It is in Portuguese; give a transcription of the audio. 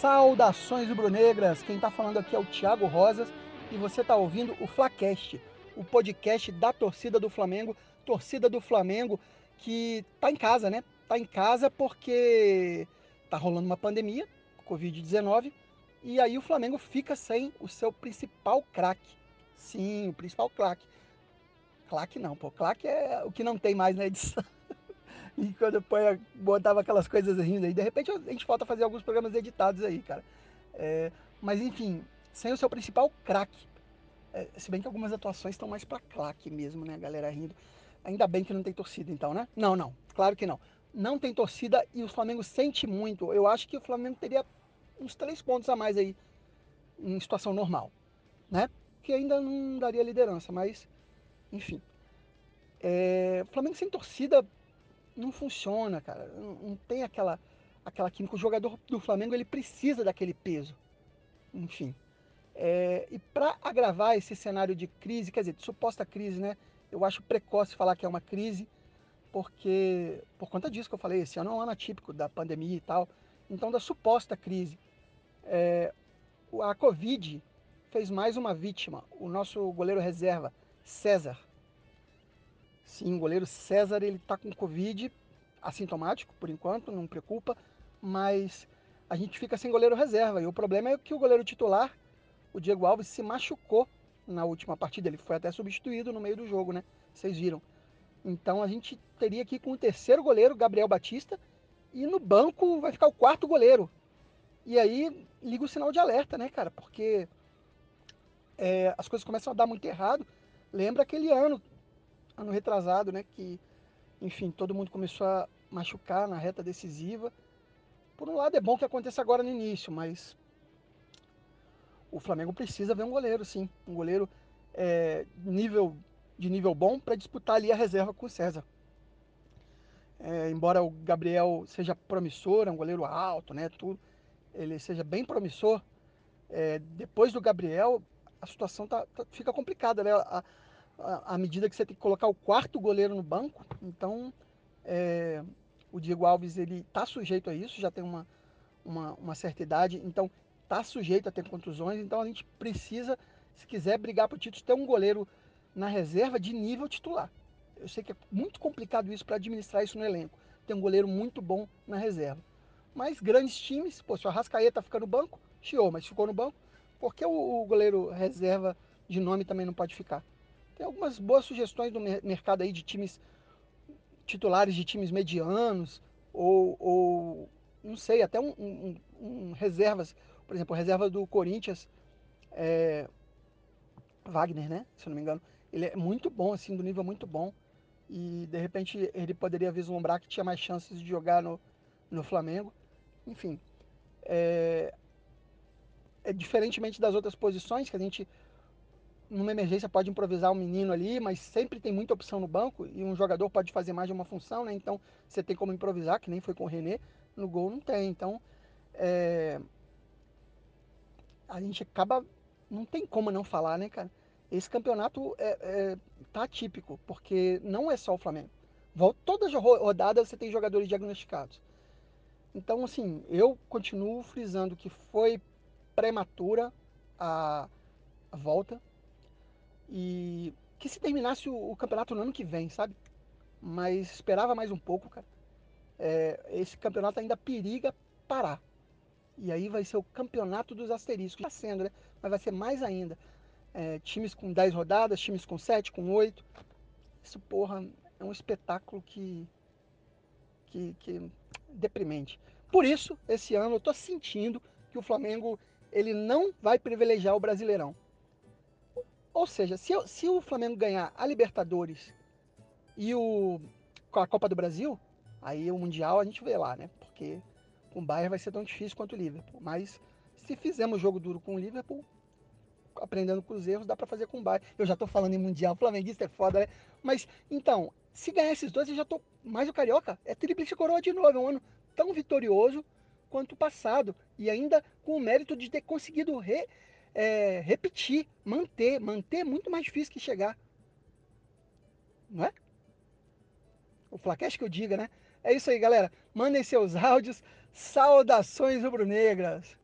Saudações rubro-negras, quem está falando aqui é o Thiago Rosas e você está ouvindo o Flacast, o podcast da torcida do Flamengo que está em casa, né? Está em casa porque está rolando uma pandemia, Covid-19, e aí o Flamengo fica sem o seu principal craque. Sim, o principal craque. Claque não, pô, claque é o que não tem mais na edição. E quando eu botava aquelas coisas rindo aí, de repente a gente volta a fazer alguns programas editados aí, cara. Mas enfim, sem o seu principal craque. Se bem que algumas atuações estão mais pra claque mesmo, né, a galera rindo. Ainda bem que não tem torcida então, né? Não, não, claro que não. Não tem torcida e o Flamengo sente muito. Eu acho que o Flamengo teria uns 3 pontos a mais aí em situação normal, né? Que ainda não daria liderança, mas enfim. O Flamengo sem torcida não funciona, cara. Não tem aquela química. O jogador do Flamengo ele precisa daquele peso. Enfim. E para agravar esse cenário de crise, quer dizer, de suposta crise, né? Eu acho precoce falar que é uma crise, porque por conta disso que eu falei, esse ano é um ano atípico da pandemia e tal. Então, da suposta crise. A Covid fez mais uma vítima. O nosso goleiro reserva, César. Sim, o goleiro César, ele tá com Covid, assintomático por enquanto, não preocupa, mas a gente fica sem goleiro reserva. E o problema é que o goleiro titular, o Diego Alves, se machucou na última partida. Ele foi até substituído no meio do jogo, né? Vocês viram. Então a gente teria que ir com o terceiro goleiro, Gabriel Batista, e no banco vai ficar o quarto goleiro. E aí liga o sinal de alerta, né, cara? Porque as coisas começam a dar muito errado. Lembra aquele ano retrasado, né? Que enfim, todo mundo começou a machucar na reta decisiva. Por um lado é bom que aconteça agora no início, mas o Flamengo precisa ver um goleiro, sim. Um goleiro de nível bom para disputar ali a reserva com o César. Embora o Gabriel seja promissor, é um goleiro alto, né, tudo, ele seja bem promissor, depois do Gabriel a situação fica complicada, né? À medida que você tem que colocar o quarto goleiro no banco, então o Diego Alves ele está sujeito a isso, já tem uma certa idade, então está sujeito a ter contusões, então a gente precisa, se quiser brigar para o título, ter um goleiro na reserva de nível titular. Eu sei que é muito complicado isso para administrar isso no elenco, ter um goleiro muito bom na reserva. Mas grandes times, pô, se o Arrascaeta fica no banco, chiou, mas ficou no banco, por que o goleiro reserva de nome também não pode ficar? Tem algumas boas sugestões do mercado aí de times titulares de times medianos, ou não sei, até um reservas, por exemplo, reserva do Corinthians, Wagner, né? Se eu não me engano, ele é muito bom, assim, do nível muito bom, e de repente ele poderia vislumbrar que tinha mais chances de jogar no Flamengo. Enfim, diferentemente das outras posições, que a gente numa emergência pode improvisar um menino ali, mas sempre tem muita opção no banco e um jogador pode fazer mais de uma função, né? Então você tem como improvisar, que nem foi com o René, no gol não tem. Então a gente acaba. Não tem como não falar, né, cara? Esse campeonato tá atípico, porque não é só o Flamengo. Todas as rodadas você tem jogadores diagnosticados. Então, assim, eu continuo frisando que foi prematura a, a volta. E que se terminasse o campeonato no ano que vem, sabe? Mas esperava mais um pouco, cara. Esse campeonato ainda periga parar. E aí vai ser o campeonato dos asteriscos. Já sendo, né? Mas vai ser mais ainda. Times com 10 rodadas, times com 7, com 8. Isso, porra, é um espetáculo que deprimente. Por isso, esse ano eu tô sentindo que o Flamengo ele não vai privilegiar o Brasileirão. Ou seja, se o Flamengo ganhar a Libertadores e com a Copa do Brasil, aí o Mundial a gente vê lá, né? Porque com o Bayern vai ser tão difícil quanto o Liverpool. Mas se fizermos jogo duro com o Liverpool, aprendendo com os erros, dá pra fazer com o Bayern. Eu já tô falando em Mundial, flamenguista é foda, né? Mas, então, se ganhar esses dois, eu já tô mais o Carioca. É tríplice coroa de novo. É um ano tão vitorioso quanto o passado. E ainda com o mérito de ter conseguido repetir, manter é muito mais difícil que chegar, não é? O Flacast que eu diga, né? É isso aí, galera. Mandem seus áudios. Saudações rubro-negras.